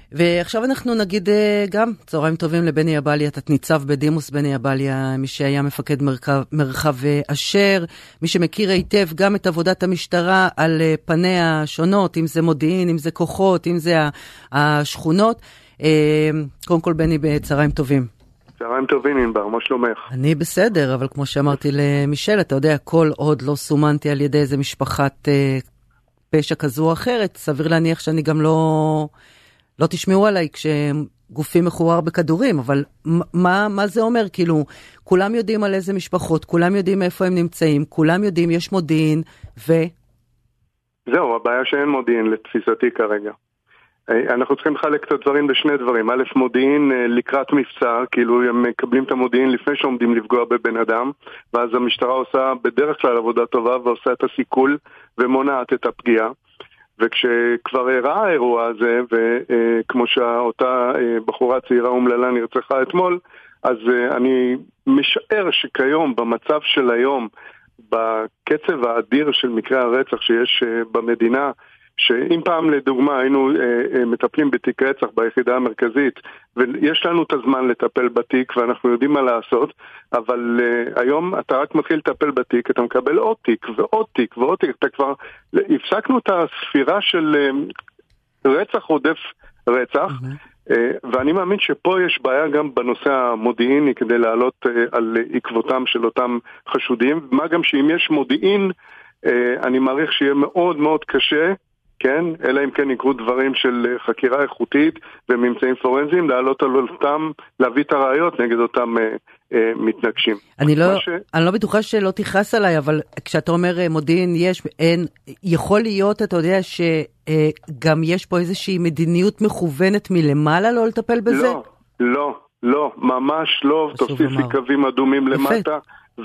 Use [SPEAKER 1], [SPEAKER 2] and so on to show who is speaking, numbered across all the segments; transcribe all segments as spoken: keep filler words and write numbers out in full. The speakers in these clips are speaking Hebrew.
[SPEAKER 1] ועכשיו אנחנו נגיד גם צהריים טובים לבני יבליה, תת ניצב בדימוס בני יבליה, מי שהיה מפקד מרחב, מרחב אשר, מי שמכיר היטב גם את עבודת המשטרה על פניה השונות, אם זה מודיעין, אם זה כוחות, אם זה השכונות. קודם כל בני, בצהריים טובים.
[SPEAKER 2] צהריים טובים ענבר, מה שלומך?
[SPEAKER 1] אני בסדר, אבל כמו שאמרתי למישל, אתה יודע, כל עוד לא סומנתי על ידי איזה משפחת פשע כזו או אחרת, סביר להניח שאני גם לא... לא תשמעו עליי כשגופים מחורר בכדורים, אבל מה, מה זה אומר? כאילו, כולם יודעים על איזה משפחות, כולם יודעים איפה הם נמצאים, כולם יודעים, יש מודיעין, ו...
[SPEAKER 2] זהו, הבעיה שאין מודיעין לתפיסתי כרגע. אנחנו צריכים לחלק את הדברים לשני דברים. א', מודיעין לקראת מבצע, כאילו הם מקבלים את המודיעין לפני שעומדים לפגוע בבן אדם, ואז המשטרה עושה בדרך כלל עבודה טובה, ועושה את הסיכול ומונעת את הפגיעה. וכשכבר הראה האירוע הזה, וכמו שאותה בחורה צעירה אומללה נרצחה אתמול, אז אני משער שכיום, במצב של היום, בקצב האדיר של מקרי הרצח שיש במדינה, שאם פעם לדוגמה היינו אה, מטפלים בתיק רצח ביחידה המרכזית, ויש לנו את הזמן לטפל בתיק ואנחנו יודעים מה לעשות, אבל אה, היום אתה רק מתחיל לטפל בתיק, אתה מקבל עוד תיק ועוד תיק ועוד תיק, אתה כבר הפסקנו את הספירה של אה, רצח עודף רצח, mm-hmm. אה, ואני מאמין שפה יש בעיה גם בנושא המודיעיני כדי לעלות אה, על עקבותם של אותם חשודים, מה גם שאם יש מודיעין, אה, אני מעריך שיהיה מאוד מאוד קשה, כן, אלא אם כן יקרו דברים של חקירה איכותית וממצאים פורנזיים, להעלות על אותם, להביא את הראיות נגד אותם אה, אה, מתנגשים.
[SPEAKER 1] אני לא, ש... אני לא בטוחה שלא תיחס עליי, אבל כשאתה אומר מודיעין יש, אין, יכול להיות, אתה יודע, שגם יש פה איזושהי מדיניות מכוונת מלמעלה לא לטפל בזה?
[SPEAKER 2] לא, לא, לא, ממש לא, תוסיפי קווים אדומים למטה,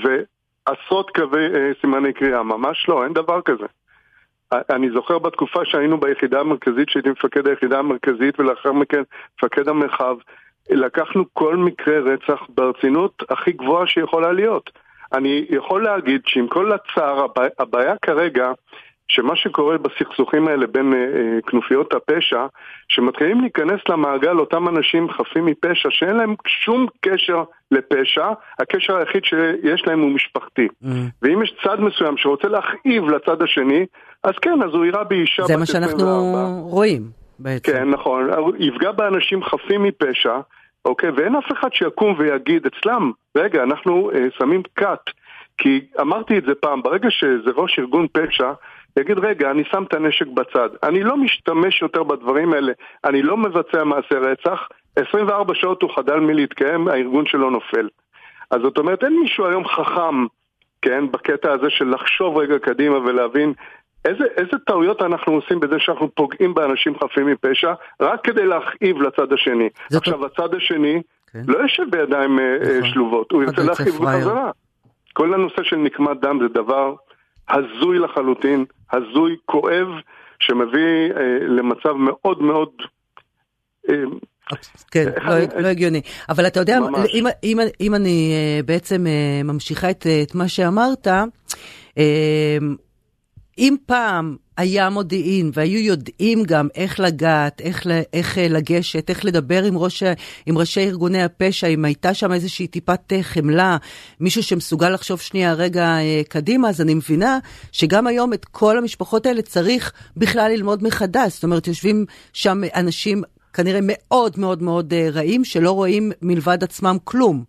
[SPEAKER 2] ועשרות קווי אה, סימני קריאה, ממש לא, אין דבר כזה. אני זוכר בתקופה שהיינו ביחידה המרכזית, שהייתי מפקד היחידה המרכזית ולאחר מכן מפקד המרחב, לקחנו כל מקרה רצח ברצינות הכי גבוהה שיכולה להיות. אני יכול להגיד שעם כל הצער, הבעיה כרגע, שמה שקורה בסכסוכים האלה בין אה, כנופיות הפשע, שמתחילים להיכנס למעגל אותם אנשים חפים מפשע, שאין להם שום קשר לפשע, הקשר היחיד שיש להם הוא משפחתי. Mm. ואם יש צד מסוים שרוצה להכאיב לצד השני, אז כן, אז הוא יראה באישה...
[SPEAKER 1] זה מה שאנחנו רואים בעצם.
[SPEAKER 2] כן, נכון. יפגע באנשים חפים מפשע, אוקיי, ואין אף אחד שיקום ויגיד אצלם, רגע, אנחנו אה, שמים קאט, כי אמרתי את זה פעם, ברגע שזה ראש ארגון פשע, יגיד, רגע, אני שם את הנשק בצד. אני לא משתמש יותר בדברים האלה. אני לא מבצע מעשה רצח. עשרים וארבע שעות הוא חדל מלהתקיים, הארגון שלו נופל. אז זאת אומרת, אין מישהו היום חכם, כן, בקטע הזה של לחשוב רגע קדימה ולהבין איזה, איזה טעויות אנחנו עושים בזה שאנחנו פוגעים באנשים חפים מפשע, רק כדי להכאיב לצד השני. עכשיו, הוא... הצד השני כן. לא יושב בידיים נכון. שלובות. הוא ירצה להכאיב בחזרה. כל הנושא של נקמת דם זה דבר... הזוי לחלוטין, הזוי כואב, שמביא אה, למצב מאוד מאוד... אה,
[SPEAKER 1] כן, לא, לא הגיוני. אבל אתה יודע, אם, אם, אם אני אה, בעצם אה, ממשיכה את, את מה שאמרת, אה, אם פעם היה מודיעין והיו יודעים גם איך לגעת, איך, איך לגשת, איך לדבר עם, ראש, עם ראשי ארגוני הפשע, אם הייתה שם איזושהי טיפת חמלה, מישהו שמסוגל לחשוב שנייה רגע קדימה, אז אני מבינה שגם היום את כל המשפחות האלה צריך בכלל ללמוד מחדש. זאת אומרת, יושבים שם אנשים כנראה מאוד מאוד מאוד רעים, שלא רואים מלבד עצמם כלום.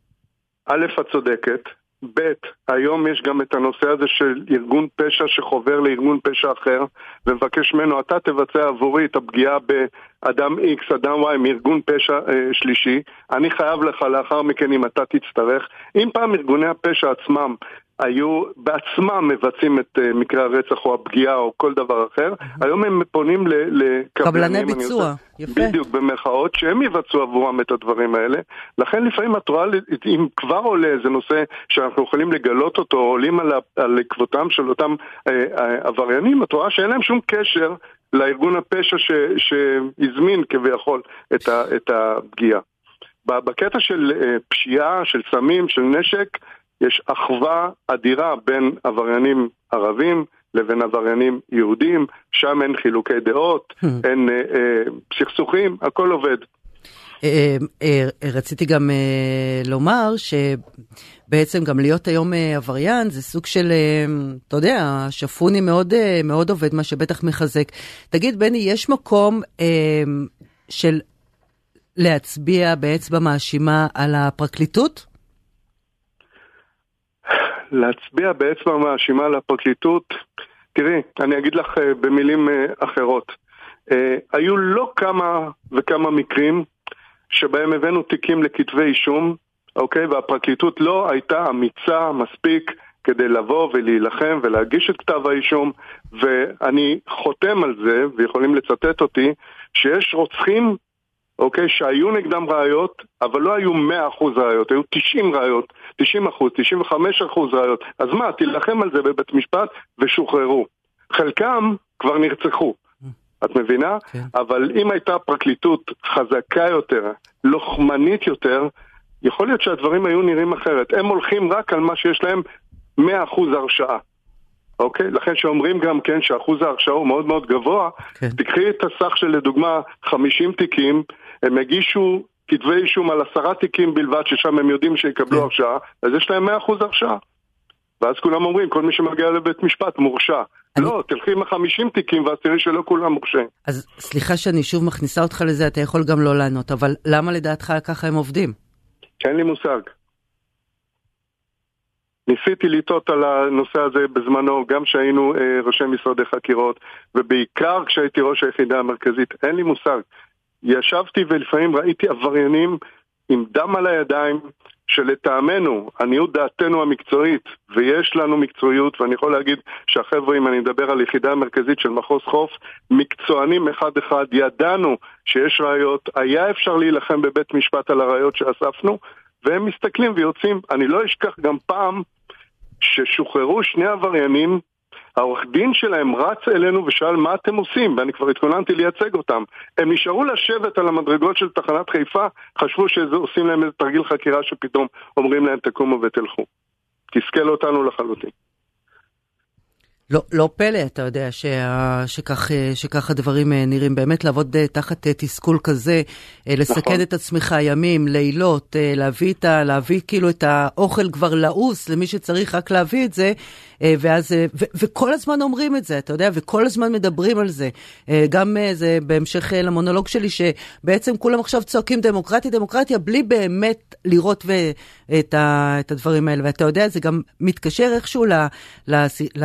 [SPEAKER 2] א', את צודקת. ב', היום יש גם את הנושא הזה של ארגון פשע שחובר לארגון פשע אחר ומבקש ממנו, אתה תבצע עבורי את הפגיעה באדם X, אדם Y, מארגון פשע אה, שלישי, אני חייב לך לאחר מכן אם אתה תצטרך. אם פעם ארגוני הפשע עצמם היו בעצמם מבצעים את uh, מקרה הרצח או הפגיעה או כל דבר אחר, mm-hmm. היום הם פונים לקבלני
[SPEAKER 1] ביצוע, יפה.
[SPEAKER 2] בדיוק במרכאות, שהם יבצעו עבורם את הדברים האלה. לכן לפעמים את רואה, אם כבר עולה איזה נושא שאנחנו יכולים לגלות אותו, עולים על, על עקבותם של אותם uh, uh, עבריינים, את רואה שאין להם שום קשר לארגון הפשע ש, שהזמין כביכול את, ה, את הפגיעה. בקטע של uh, פשיעה, של סמים, של נשק, יש אחווה אדירה בין עבריינים ערבים לבין עבריינים יהודים, שם אין חילוקי דעות, אין אה, אה, סכסוכים, הכל עובד.
[SPEAKER 1] רציתי גם לומר שבעצם גם להיות היום עבריין זה סוג של, אתה יודע, שפוני מאוד מאוד עובד, מה שבטח מחזק. תגיד בני, יש מקום של להצביע באצבע מאשימה על הפרקליטות?
[SPEAKER 2] להצביע באצבע מאשימה על הפרקליטות, תראי, אני אגיד לך במילים אחרות. היו לא כמה וכמה מקרים שבהם הבאנו תיקים לכתבי אישום, אוקיי? והפרקליטות לא הייתה אמיצה מספיק כדי לבוא ולהילחם ולהגיש את כתב האישום, ואני חותם על זה, ויכולים לצטט אותי, שיש רוצחים, אוקיי, שהיו נגדם ראיות, אבל לא היו מאה אחוז ראיות, היו תשעים ראיות, תשעים אחוז, תשעים וחמישה אחוז ראיות. אז מה, תילחם על זה בבית משפט ושוחררו. חלקם כבר נרצחו. את מבינה? כן. אבל אם הייתה פרקליטות חזקה יותר, לוחמנית יותר, יכול להיות שהדברים היו נראים אחרת. הם הולכים רק על מה שיש להם מאה אחוז הרשעה. אוקיי? לכן שאומרים גם כן שאחוז ההרשעה הוא מאוד מאוד גבוה, כן. תקחי את הסך של לדוגמה חמישים תיקים, הם הגישו כתבי אישום על עשרה תיקים בלבד ששם הם יודעים שיקבלו כן. הרשעה, אז יש להם מאה אחוז הרשעה. ואז כולם אומרים, כל מי שמגיע לבית משפט מורשע. אני... לא, תלכי עם חמישים תיקים ואז תראי שלא כולם מורשעים.
[SPEAKER 1] אז סליחה שאני שוב מכניסה אותך לזה, אתה יכול גם לא לענות, אבל למה לדעתך ככה הם עובדים?
[SPEAKER 2] אין לי מושג. ניסיתי לטעות על הנושא הזה בזמנו, גם שהיינו אה, ראשי משרדי חקירות, ובעיקר כשהייתי ראש היחידה המרכזית, אין לי מושג. ישבתי ולפעמים ראיתי עבריינים עם דם על הידיים, שלטעמנו, עניות דעתנו המקצועית, ויש לנו מקצועיות, ואני יכול להגיד שהחבר'ה, אם אני מדבר על יחידה המרכזית של מחוז חוף, מקצוענים אחד אחד, ידענו שיש ראיות, היה אפשר להילחם בבית משפט על הראיות שאספנו, והם מסתכלים ויוצאים. אני לא אשכח גם פעם ששוחררו שני עבריינים, העורך דין שלהם רץ אלינו ושאל מה אתם עושים, ואני כבר התכוננתי לייצג אותם. הם נשארו לשבת על המדרגות של תחנת חיפה, חשבו שעושים להם איזה תרגיל חקירה שפתאום אומרים להם תקומו ותלכו. תסכל אותנו לחלוטין.
[SPEAKER 1] לא, לא פלא, אתה יודע, שה, שכך, שכך הדברים נראים. באמת לעבוד תחת תסכול כזה, לסכן נכון. את עצמך ימים, לילות, להביא, את ה, להביא כאילו את האוכל כבר לעוס למי שצריך רק להביא את זה, ואז, ו, וכל הזמן אומרים את זה, אתה יודע, וכל הזמן מדברים על זה. גם זה בהמשך למונולוג שלי, שבעצם כולם עכשיו צועקים דמוקרטיה, דמוקרטיה, בלי באמת לראות ו, את, ה, את הדברים האלה. ואתה יודע, זה גם מתקשר איכשהו ל... ל, ל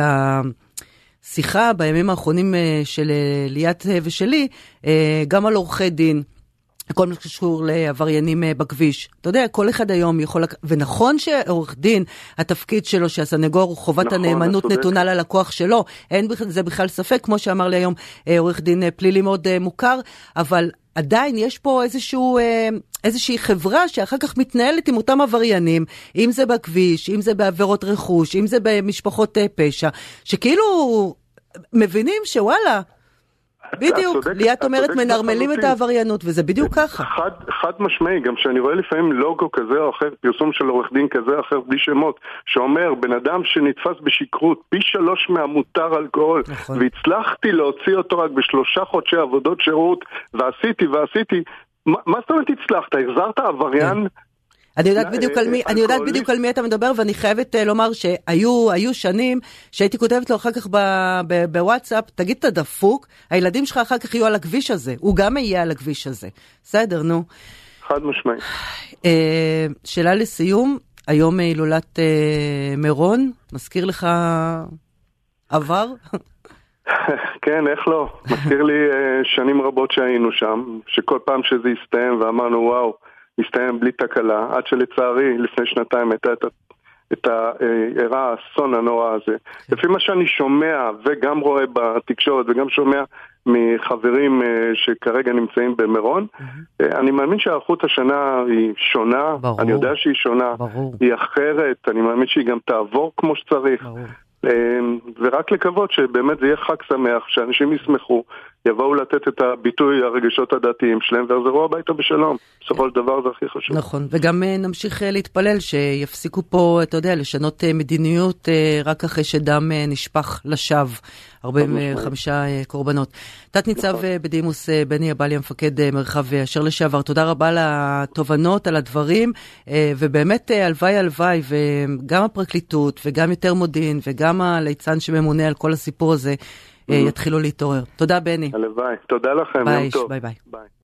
[SPEAKER 1] שיחה בימים האחרונים של ליאת ושלי, גם על עורכי דין, כל מה שקשור לעבריינים בכביש. אתה יודע, כל אחד היום יכול, ונכון שעורך דין, התפקיד שלו, שהסנגור, חובת נכון, הנאמנות נתונה ללקוח שלו, אין זה בכלל ספק, כמו שאמר לי היום עורך דין פלילי מאוד מוכר, אבל עדיין יש פה איזשהו, איזושהי חברה שאחר כך מתנהלת עם אותם עבריינים, אם זה בכביש, אם זה בעבירות רכוש, אם זה במשפחות פשע, שכאילו מבינים שוואלה, בדיוק, ליאת אומרת מנרמלים את העבריינות, וזה בדיוק ככה.
[SPEAKER 2] חד, חד משמעי, גם שאני רואה לפעמים לוגו כזה או אחר, פרסום של עורך דין כזה או אחר, בלי שמות, שאומר, בן אדם שנתפס בשכרות, פי שלוש מהמותר אלכוהול, נכון. והצלחתי להוציא אותו רק בשלושה חודשי עבודות שירות, ועשיתי ועשיתי, מה, מה זאת אומרת הצלחת? החזרת עבריין?
[SPEAKER 1] אני יודעת בדיוק על מי, אני יודעת בדיוק על מי אתה מדבר, ואני חייבת לומר שהיו, היו שנים שהייתי כותבת לו אחר כך בוואטסאפ, תגיד את הדפוק, הילדים שלך אחר כך יהיו על הכביש הזה, הוא גם יהיה על הכביש הזה. בסדר, נו.
[SPEAKER 2] חד משמעי.
[SPEAKER 1] שאלה לסיום, היום הילולת מירון, מזכיר לך עבר?
[SPEAKER 2] כן, איך לא? מזכיר לי שנים רבות שהיינו שם, שכל פעם שזה הסתיים ואמרנו וואו, הסתיים בלי תקלה, עד שלצערי לפני שנתיים הייתה את, את הערה האסון הנורא הזה. לפי מה שאני שומע וגם רואה בתקשורת וגם שומע מחברים שכרגע נמצאים במירון, אני מאמין שהערכות השנה היא שונה, ברור. אני יודע שהיא שונה, ברור. היא אחרת, אני מאמין שהיא גם תעבור כמו שצריך. ברור. ורק לקוות שבאמת זה יהיה חג שמח, שאנשים ישמחו, יבואו לתת את הביטוי הרגשות הדתיים שלהם, ויחזרו הביתה בשלום. בסופו של דבר זה הכי חשוב.
[SPEAKER 1] נכון, וגם נמשיך להתפלל שיפסיקו פה, אתה יודע, לשנות מדיניות רק אחרי שדם נשפך לשווא. ארבעים וחמישה קורבנות. תת ניצב בדימוס בני אבלי, המפקד מרחב אשר לשעבר, תודה רבה על התובנות, על הדברים, ובאמת הלוואי הלוואי, וגם הפרקליטות, וגם יותר מודיעין, וגם הליצן שממונה על כל הסיפור הזה, יתחילו להתעורר. תודה בני.
[SPEAKER 2] הלוואי, תודה לכם, יום טוב.
[SPEAKER 1] ביי ביי.